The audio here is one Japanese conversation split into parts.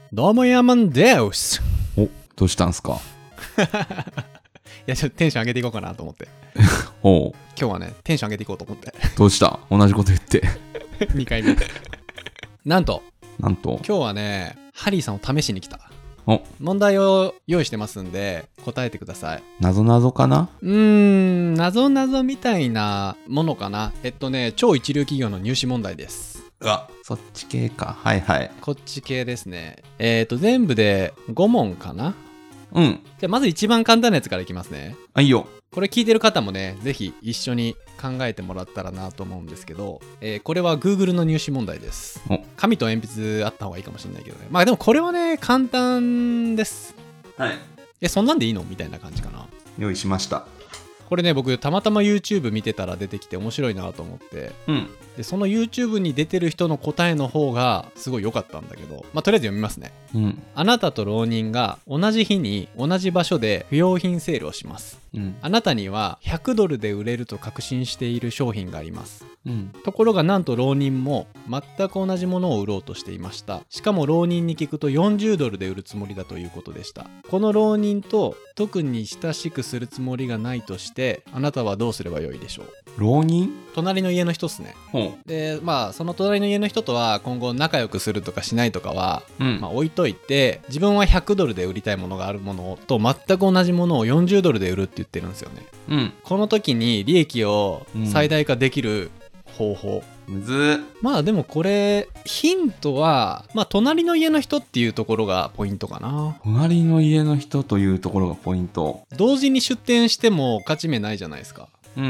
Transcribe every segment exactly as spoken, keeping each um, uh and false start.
どうもヤーマンです。 お、どうしたんすか？ いや、ちょっとテンション上げていこうかなと思って。 おう、 今日はね、テンション上げていこうと思って。 どうした？同じこと言って。 にかいめ。なんと、 なんと、 今日はね、ハリーさんを試しに来た。 お、 問題を用意してますんで、答えてください。 なぞなぞかな？ うーん、なぞなぞみたいなものかな。えっとね、超一流企業の入試問題です。 うわ、そっち系か。はいはい。 こっち系ですね。えっと、全部でご問かな。 うん。 じゃあ、まず一番簡単なやつからいきますね。 あ、いいよ。 これ聞いてる方もね、ぜひ一緒に考えてもらったらなと思うんですけど、えーこれは Google の入試問題です。 お、 紙と鉛筆あった方がいいかもしれないけどね。まあでもこれはね、簡単です。 はい。 え、そんなんでいいのみたいな感じかな。 用意しました。 これね、僕たまたま YouTube 見てたら出てきて面白いなと思って、 うん。 でその YouTube に出てる人の答えの方がすごい良かったんだけど、まあとりあえず読みますね。 うん。 あなたと浪人が同じ日に同じ場所で不用品セールをします。 うん。 あなたにはひゃくドルで売れると確信している商品があります。 うん。 ところがなんと浪人も全く同じものを売ろうとしていました。しかも浪人に聞くとよんじゅうドルで売るつもりだということでした。この浪人と特に親しくするつもりがないとしてあなたはどうすればよいでしょう？ 浪人？ 隣の家の人っすね。 ほでまあその隣の家の人とは今後仲良くするとかしないとかは、 う。うん。 まあ、置いといて、自分はひゃくドルで売りたいものがあるものと全く同じものをよんじゅうドルで売るって言ってるんですよね。 うん。 この時に利益を最大化できる方法、 むずー。 まあでもこれヒントはまあ隣の家の人っていうところがポイントかな。 隣の家の人というところがポイント。 同時に出店しても勝ち目ないじゃないですか。 うん。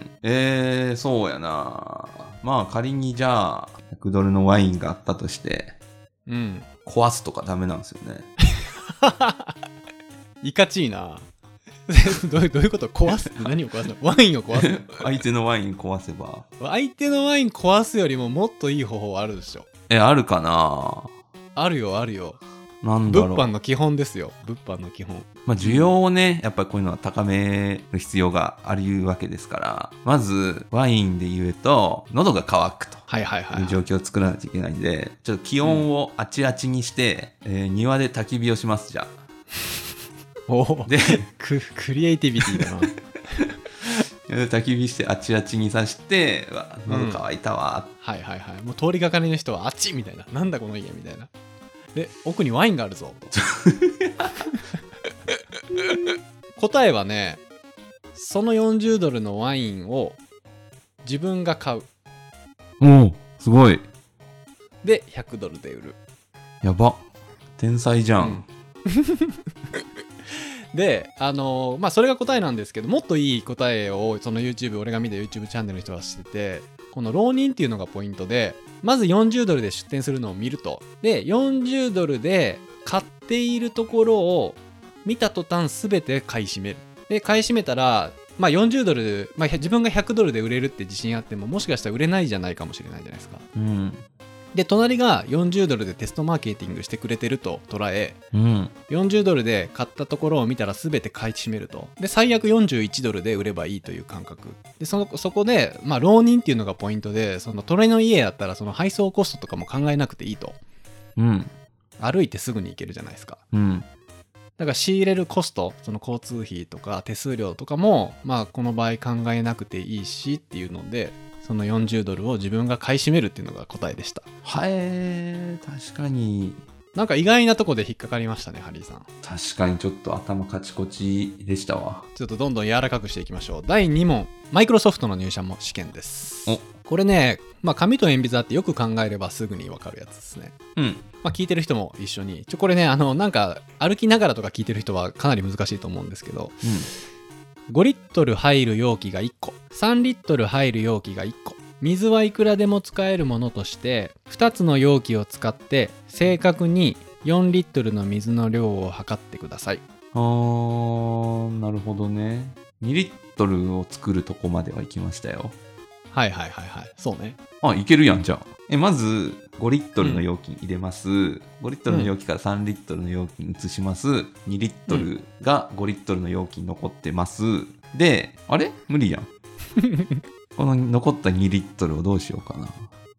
えー、そうやな。まあ仮にじゃあ、ひゃくドルのワインがあったとして、 うん。 壊すとかダメなんですよね。 いかちいな。どういうどういうこと？壊すって何を壊すの？ワインを壊すの？ 相手のワイン壊せば。 相手のワイン壊すよりももっといい方法あるでしょ。 え、あるかな？ あるよあるよ。 なんだろう。 物販の基本ですよ。物販の基本。 まあ、需要をね、やっぱりこういうのは高める必要があるわけですから、まず、ワインで言うと、喉が渇くとはいはいはい、 いう状況を作らないといけないんで、ちょっと気温をあちあちにして、うん、えー庭で焚き火をします、じゃあ。 おでク、クリエイティビティだな。 焚き火してあちあちにさして、うわ喉乾いたわ、 うん、はいはいはい。もう通りがかりの人はあっちみたいな。なんだこの家みたいな。で、奥にワインがあるぞ。答えはね、そのよんじゅうドルのワインを自分が買う。 おお、すごい。 で、ひゃくドルで売る。 やば。天才じゃん。 うんで、あのー、まあそれが答えなんですけど、もっといい答えをその YouTube、俺が見た YouTube チャンネルの人はしてて、この浪人っていうのがポイントで、まずよんじゅうドルで出店するのを見ると。で、よんじゅうドルで買っているところを見た途端すべて買い占める。で、買い占めたら、まあよんじゅうドル、まあ自分がひゃくドルで売れるって自信あっても、もしかしたら売れないじゃないかもしれないじゃないですか。 うん。 で、隣がよんじゅうドルでテストマーケティングしてくれてると捉え、 うん。 よんじゅうドルで買ったところを見たら全て買い占めると。で、最悪よんじゅういちドルで売ればいいという感覚。で、その、そこで、まあ、浪人っていうのがポイントで、その、隣の家だったら、その配送コストとかも考えなくていいと。 うん。 歩いてすぐに行けるじゃないですか。 うん。 だから仕入れるコスト、その交通費とか手数料とかも、まあ、この場合考えなくていいしっていうので、そのよんじゅうドルを自分が買い占めるっていうのが答えでした。 はえー、確かに。 なんか意外なとこで引っかかりましたね、ハリーさん。 確かにちょっと頭カチコチでしたわ。 ちょっとどんどん柔らかくしていきましょう。だいに問、マイクロソフトの入社も試験です。 お、 これね、まあ紙と鉛筆あってよく考えればすぐにわかるやつですね。 うん。 まあ聞いてる人も一緒に。ちょ、これね、あの、なんか歩きながらとか聞いてる人はかなり難しいと思うんですけど、 うん、 ごリットル入る容器がいっこ、さんリットル入る容器がいっこ、水はいくらでも使えるものとしてふたつの容器を使って正確によんリットルの水の量を測ってください。 あー、なるほどね。にリットルを作るとこまでは行きましたよ。 はいはいはいはい。そうね。 あ、いけるやん、じゃあ。え、まず、ごリットルの容器に入れます。うん、ごリットルの容器からさんリットルの容器に移します。にリットルがごリットルの容器に残ってます。で、あれ無理やん。この残ったにリットルをどうしようかな。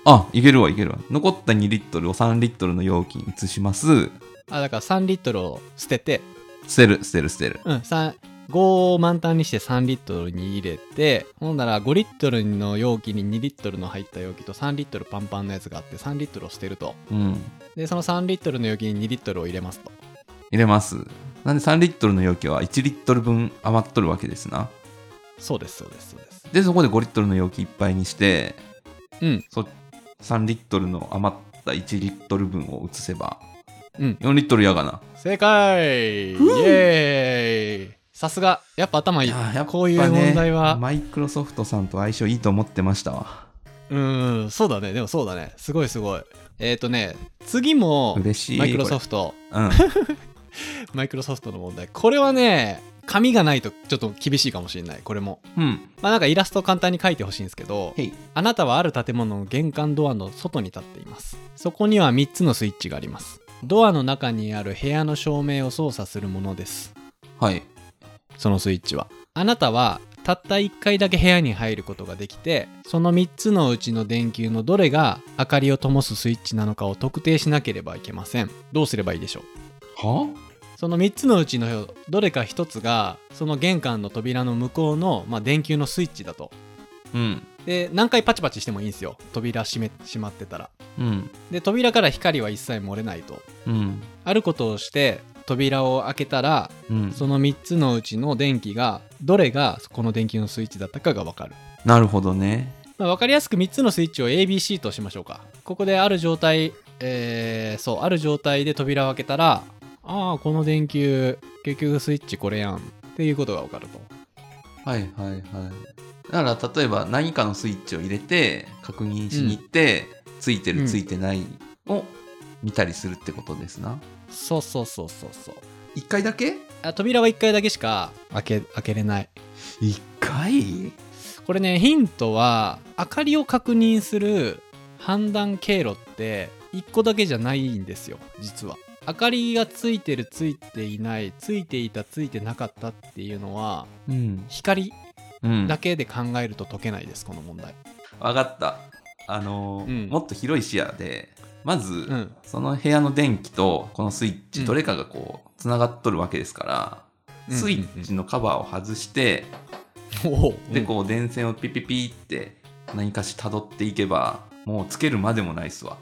あ、いけるわいけるわ。残ったにリットルをさんリットルの容器に移します。 あ、だからさんリットルを捨てて、 捨てる捨てる捨てる。 うん、さんごを満タンにしてさんリットルに入れて、ほんならごリットルの容器ににリットルの入った容器とさんリットルパンパンのやつがあってさんリットルを捨てると。 うん。 で、そのさんリットルの容器ににリットルを入れますと。 入れます。なんでさんリットルの容器はいちリットル分余っとるわけですな。 そうですそうですそうです。 で、そこでごリットルの容器いっぱいにして、 うん。 そさんリットルの余ったいちリットル分を移せば、 うん、 よんリットルやがな。 正解、イエーイ。さすが、やっぱ頭いい。いや、やっぱね、こういう問題はマイクロソフトさんと相性いいと思ってましたわ。 うーん、そうだね。でもそうだね。すごいすごい。えっ、ー、とね、次も嬉しいマイクロソフト、 うん、 マイクロソフトの問題。これはね、紙がないとちょっと厳しいかもしれない。これも、 うん、 まあなんかイラストを簡単に描いてほしいんですけど、あなたはある建物の玄関ドアの外に立っています。そこにはみっつのスイッチがあります。ドアの中にある部屋の照明を操作するものです。 はい。 そのスイッチは、あなたはたったいっかいだけ部屋に入ることができて、そのみっつのうちの電球のどれが明かりを灯すスイッチなのかを特定しなければいけません。どうすればいいでしょう。 は？ そのみっつのうちのどれかひとつがその玄関の扉の向こうの、まあ、電球のスイッチだと。 うん。 で、何回パチパチしてもいいんですよ。扉閉め閉まってたら。 うん。 で、扉から光は一切漏れないと。 うん。あることをして扉を開けたら、うん、そのみっつのうちの電気がどれがこの電球のスイッチだったかが分かる。 なるほどね。 まあ、分かりやすくみっつのスイッチを エービーシー としましょうか。ここである状態、えー、そうある状態で扉を開けたら、ああこの電球結局スイッチこれやんっていうことが分かると。 はいはいはい。だから例えば何かのスイッチを入れて確認しに行って、うん、ついてるついてないを見たりするってことですな。 そうそうそうそうそう。 いっかいだけ？ あ、扉はいっかいだけしか開け開けれない。 いっかい？ これね、ヒントは明かりを確認する判断経路っていっこだけじゃないんですよ。実は明かりがついてるついていないついていたついてなかったっていうのは、うん、光だけで考えると解けないです、この問題。 わかった。あのーうん、もっと広い視野でまず、うん、その部屋の電気とこのスイッチどれかがこうつながっとるわけですから、うん、スイッチのカバーを外して、うんうんうん、でこう電線をピピピって何かし辿っていけばもうつけるまでもないっすわ。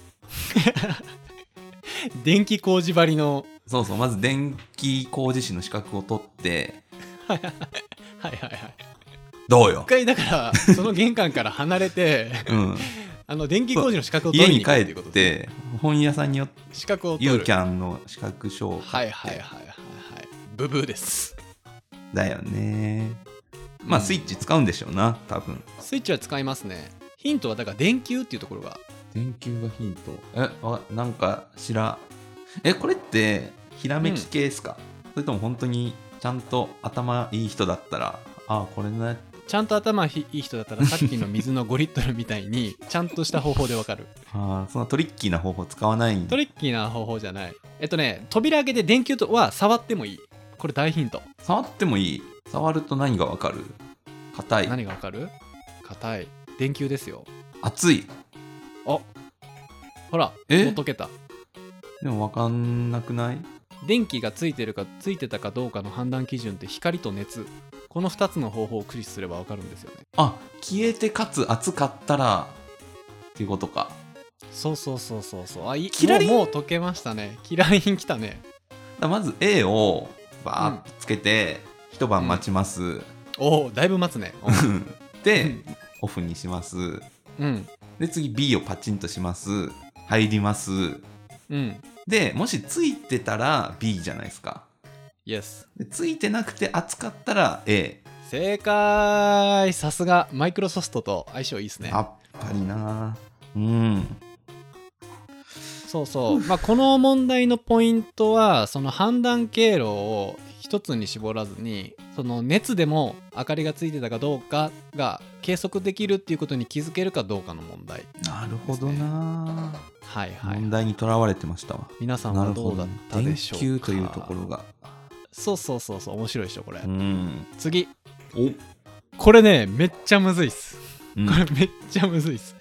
電気工事張りの。 そうそう、まず電気工事士の資格を取ってはいはいはいはい。 どうよ。 一回だからその玄関から離れて、うん、あの電気工事の資格を取りに行くっていうことで、 家に帰って本屋さんによって資格を取る。 ユーキャンの資格証を買って。はいはいはいはいはい。ブブーです。 だよね。まあスイッチ使うんでしょうな、多分。 スイッチは使いますね。ヒントはだから電球っていうところが。 電球がヒント。え、あ、なんかしら。え、これってひらめき系ですか、うん、それとも本当にちゃんと頭いい人だったら、あ、これね。 ちゃんと頭いい人だったらさっきの水のごリットルみたいにちゃんとした方法でわかる。 ああ、そんなトリッキーな方法使わないんだ。 トリッキーな方法じゃない。えっとね、扉開けて電球とは触ってもいい。これ大ヒント。 触ってもいい。触ると何がわかる？硬い。 何がわかる？硬い。電球ですよ。 熱い。 あ、ほら、もう解けた。 でもわかんなくない？ 電気がついてるかついてたかどうかの判断基準って光と熱、このふたつの方法を駆使すればわかるんですよね。 あ、消えてかつ熱かったらっていうことか。 そうそうそうそうそう。あ、いキラリン もう、もう解けましたね。キラリンきたね。 まず A をバーッとつけて、うん、一晩待ちます、うん、 おお、だいぶ待つね。 でオフにします、うん、で次 B をパチンとします。入ります、うん、でもしついてたら B じゃないですか。 Yes。 でついてなくて熱かったら A。 正解。さすがマイクロソフトと相性いいですね。 やっぱりな。うん、 そうそう、まあ、この問題のポイントはその判断経路を一つに絞らずに、その熱でも明かりがついてたかどうかが計測できるっていうことに気づけるかどうかの問題、ね、 なるほどな。 はいはい、 問題にとらわれてましたわ。 皆さんはどうだったでしょうか。 電球というところが、 そうそうそうそう、面白いでしょこれ。 うん、 次。 お、 これねめっちゃむずいっす、うん、これめっちゃむずいっす。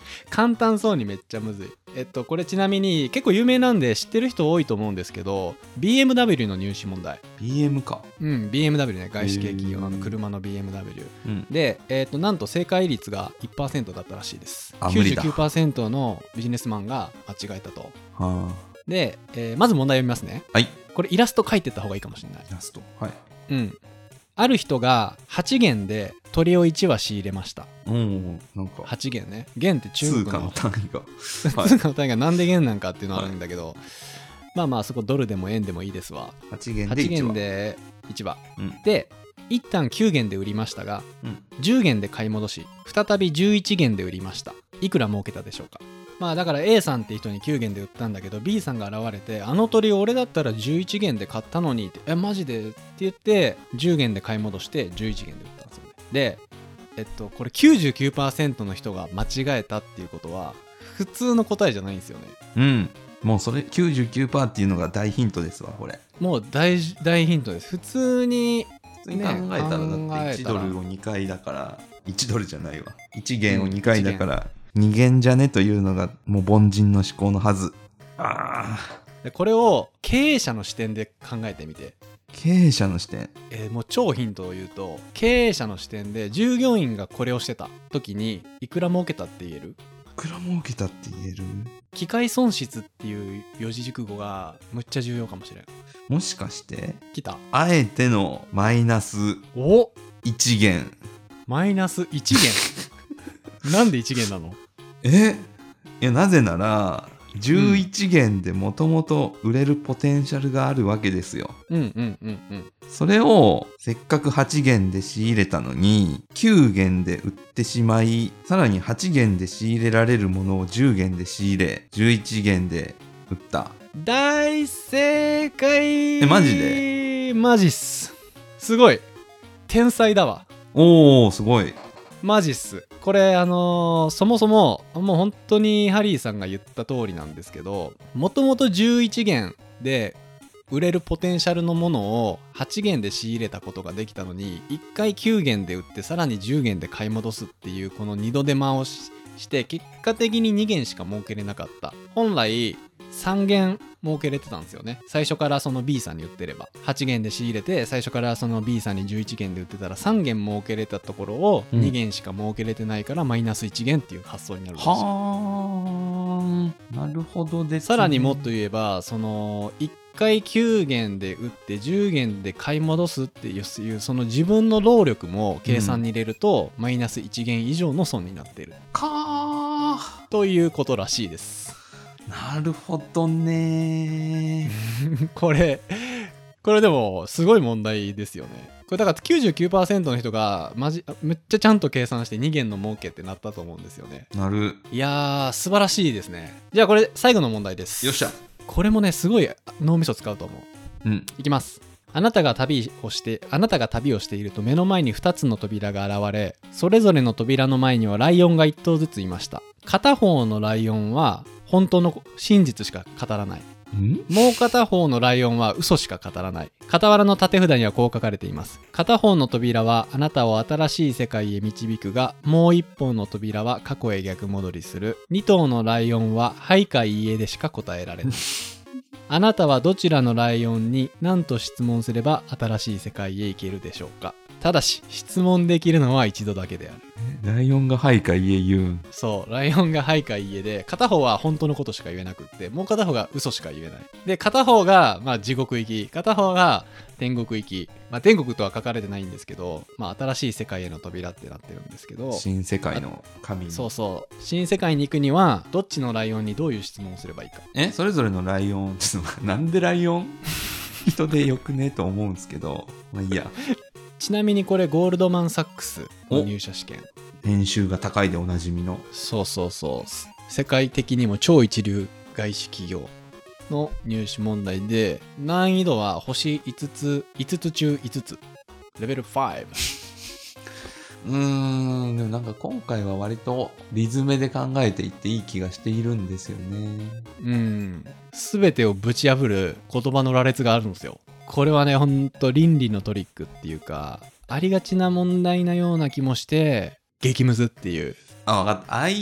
簡単そうにめっちゃむずい。えっとこれちなみに結構有名なんで知ってる人多いと思うんですけど ビーエムダブリュー の入試問題。 ビーエム か。 うん ビーエムダブリュー ね、外資系企業の車の ビーエムダブリュー、 うん、 で、えっとなんと正解率が いちパーセント だったらしいです。 あ、 きゅうじゅうきゅうパーセント のビジネスマンが間違えたと。 はあ、 で、えー、まず問題読みますね。 はい。 これイラスト描いてった方がいいかもしれない。 イラスト、はい。 うん。ある人がはち元で鳥をいち羽仕入れました。 うん、なんかはち元ね。元って中国の通貨の単位が通貨の単位がなんで元なんかっていうのはあるんだけど、はい、まあまあそこドルでも円でもいいですわ。 はち元でいち羽。はち元でいち羽、うん、で一旦きゅう元で売りましたが、うん、じゅう元で買い戻し再びじゅういち元で売りました。いくら儲けたでしょうか。まあだから A さんって人にきゅう元で売ったんだけど B さんが現れて、あの鳥俺だったらじゅういち元で買ったのにって、えマジでって言ってじゅう元で買い戻してじゅういち元で売ったんですよね。でえっとこれ きゅうじゅうきゅうパーセント の人が間違えたっていうことは普通の答えじゃないんですよね。 うん、もうそれ きゅうじゅうきゅうパーセント っていうのが大ヒントですわ。これもう 大, 大ヒントです。普通に普通に考えたらだっていちドルをにかいだからいちドルじゃないわ、いち元をにかいだからに元じゃねというのがもう凡人の思考のはず。あでこれを経営者の視点で考えてみて。 経営者の視点、 えー、もう超ヒントを言うと、経営者の視点で従業員がこれをしてた時にいくら儲けたって言える？いくら儲けたって言える？ 機械損失っていう四字熟語がむっちゃ重要かもしれん。 もしかして来た。 あえてのマイナスおいち元。 マイナスいち元なんでいち元なの？ えいやなぜならじゅういち元でもともと売れるポテンシャルがあるわけですよ。 うんうんうんうん。 それをせっかくはち元で仕入れたのにきゅう元で売ってしまい、さらにはち元で仕入れられるものをじゅう元で仕入れじゅういち元で売った。 大正解。 えマジで？ マジっす。すごい天才だわ。 おーすごい。 マジっす。これあのー、そもそももう本当にハリーさんが言った通りなんですけど、もともとじゅういち元で売れるポテンシャルのものをはち元で仕入れたことができたのに、いっかいきゅう元で売ってさらにじゅう元で買い戻すっていうこのにど手間をしして結果的にに元しか儲けれなかった。本来さん元儲けれてたんですよね。最初からその B さんに売ってればはち元で仕入れて、最初からその B さんにじゅういち元で売ってたらさん元儲けれたところをに元しか儲けれてないからマイナスいち元っていう発想になるんですよ。 はあ、なるほどですね。 さらにもっと言えばそのいっかいきゅう元で売ってじゅう元で買い戻すっていうその自分の労力も計算に入れると、うん、マイナスいち元以上の損になっているかーということらしいです。 なるほどねこれこれでもすごい問題ですよね。これだから きゅうじゅうきゅうパーセント の人がマジめっちゃちゃんと計算してに元の儲けってなったと思うんですよね。 なる。 いやー素晴らしいですね。じゃあこれ最後の問題です。 よっしゃ。 これもねすごい脳みそ使うと思う。うんいきます。あなたが旅をしてあなたが旅をしていると目の前にふたつの扉が現れ、それぞれの扉の前にはライオンがいっ頭ずついました。片方のライオンは本当の真実しか語らない。もう片方のライオンは嘘しか語らない。傍らの縦札にはこう書かれています。片方の扉はあなたを新しい世界へ導くが、もう一本の扉は過去へ逆戻りする。二頭のライオンははいかいいえでしか答えられない。あなたはどちらのライオンに何と質問すれば新しい世界へ行けるでしょうか。ただし質問できるのは一度だけである。 ライオンがはいかいいえ言うん。 そうライオンがはいかいいえで、片方は本当のことしか言えなくって、もう片方が嘘しか言えない。で片方がまあ地獄行き、片方が天国行き。まあ天国とは書かれてないんですけど、まあ新しい世界への扉ってなってるんですけど、 新世界の神に。 そうそう新世界に行くにはどっちのライオンにどういう質問をすればいいか。 えそれぞれのライオンちょっとなんでライオン人でよくねと思うんですけど、まあいいや。 ちなみにこれゴールドマンサックスの入社試験、 年収が高いでおなじみの。 そうそうそう世界的にも超一流外資企業の入試問題で、難易度は星いつついつつ中いつつ、レベルご。 うーんでもなんか今回は割とリズムで考えていっていい気がしているんですよね。 うん全てをぶち破る言葉の羅列があるんですよ。これはねほんと倫理のトリックっていうか、ありがちな問題なような気もして激ムズっていう。 あ分かった。相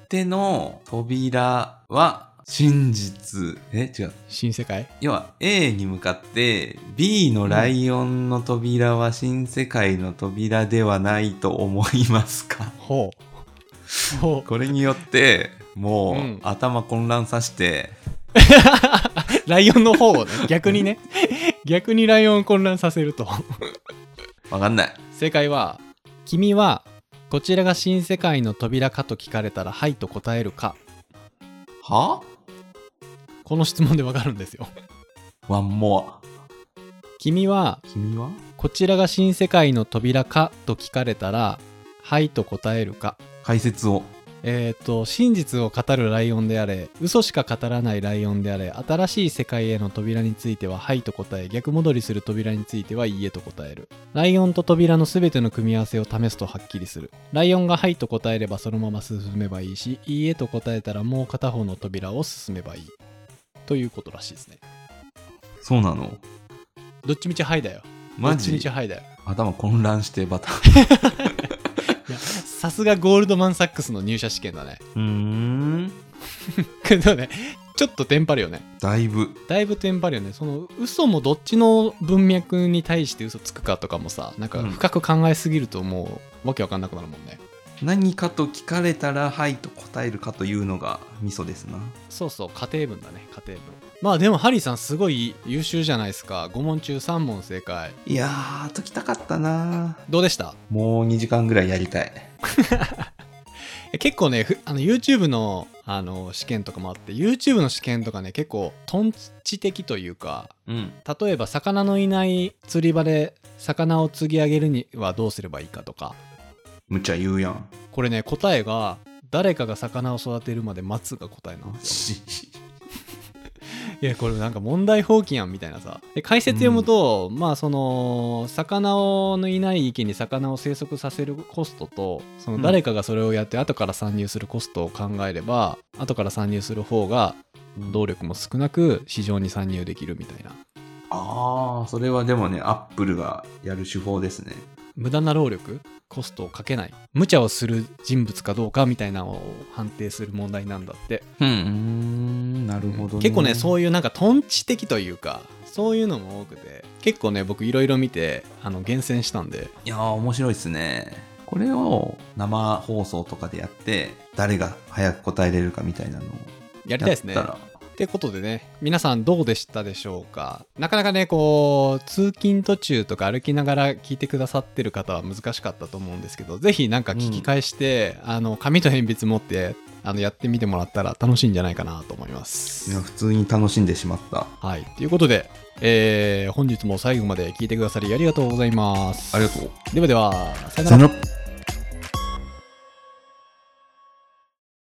ての扉は真実、え違う新世界、 要は A に向かって B のライオンの扉は新世界の扉ではないと思いますか、 うん、ほうほうこれによってもう、うん、頭混乱させてライオンの方をね逆にね逆にライオンを混乱させるとわかんない。 正解は、君はこちらが新世界の扉かと聞かれたらはいと答えるか。 は？ この質問でわかるんですよ。 ワンモア。 君は君はこちらが新世界の扉かと聞かれたらはいと答えるか。 解説を。 えっと真実を語るライオンであれ、嘘しか語らないライオンであれ、新しい世界への扉についてははいと答え、逆戻りする扉についてはいいえと答える。ライオンと扉のすべての組み合わせを試すとはっきりする。ライオンがはいと答えればそのまま進めばいいし、いいえと答えたらもう片方の扉を進めばいいということらしいですね。 そうなの？ どっちみちはいだよ。 マジ？ どっちみちはいだよ。 頭混乱してバターいや、さすがゴールドマンサックスの入社試験だね。 うーんけどね、ちょっとテンパるよね。 だいぶだいぶテンパるよね。その嘘もどっちの文脈に対して嘘つくかとかもさ、なんか深く考えすぎるともうわけわかんなくなるもんね。 何かと聞かれたらはいと答えるかというのがミソですな。 そうそう、家庭文だね、家庭文。まあでもハリーさんすごい優秀じゃないですか。ご問中さん問正解。 いやー解きたかったな。 どうでした？ もうにじかんぐらいやりたい。 結構ね、あの YouTube の, あの試験とかもあって、 YouTube の試験とかね結構トンチ的というか、うん、例えば魚のいない釣り場で魚を釣り上げるにはどうすればいいかとか。 むちゃ言うやん。 これね、答えが誰かが魚を育てるまで待つが答えなんですよ。いやこれなんか問題放棄やんみたいなさ。で解説読むと、うん、まあその魚のいない池に魚を生息させるコストと、その誰かがそれをやって後から参入するコストを考えれば、うん、後から参入する方が動力も少なく市場に参入できるみたいな。 ああ、それはでもね、アップルがやる手法ですね。 無駄な労力、コストをかけない、無茶をする人物かどうかみたいなのを判定する問題なんだって。 うん、うーん、なるほどね。 結構ね、そういうなんかトンチ的というか、そういうのも多くて、結構ね僕いろいろ見てあの厳選したんで。 いやー面白いですね。これを生放送とかでやって誰が早く答えれるかみたいなのをやりたいですね。ってことでね、皆さんどうでしたでしょうか。なかなかねこう通勤途中とか歩きながら聞いてくださってる方は難しかったと思うんですけど、ぜひなんか聞き返して、うん、あの紙と鉛筆持ってあのやってみてもらったら楽しいんじゃないかなと思います。 いや普通に楽しんでしまった。 はい、ということで、えー、本日も最後まで聞いてくださりありがとうございます。 ありがとう。 ではでは、さよなら。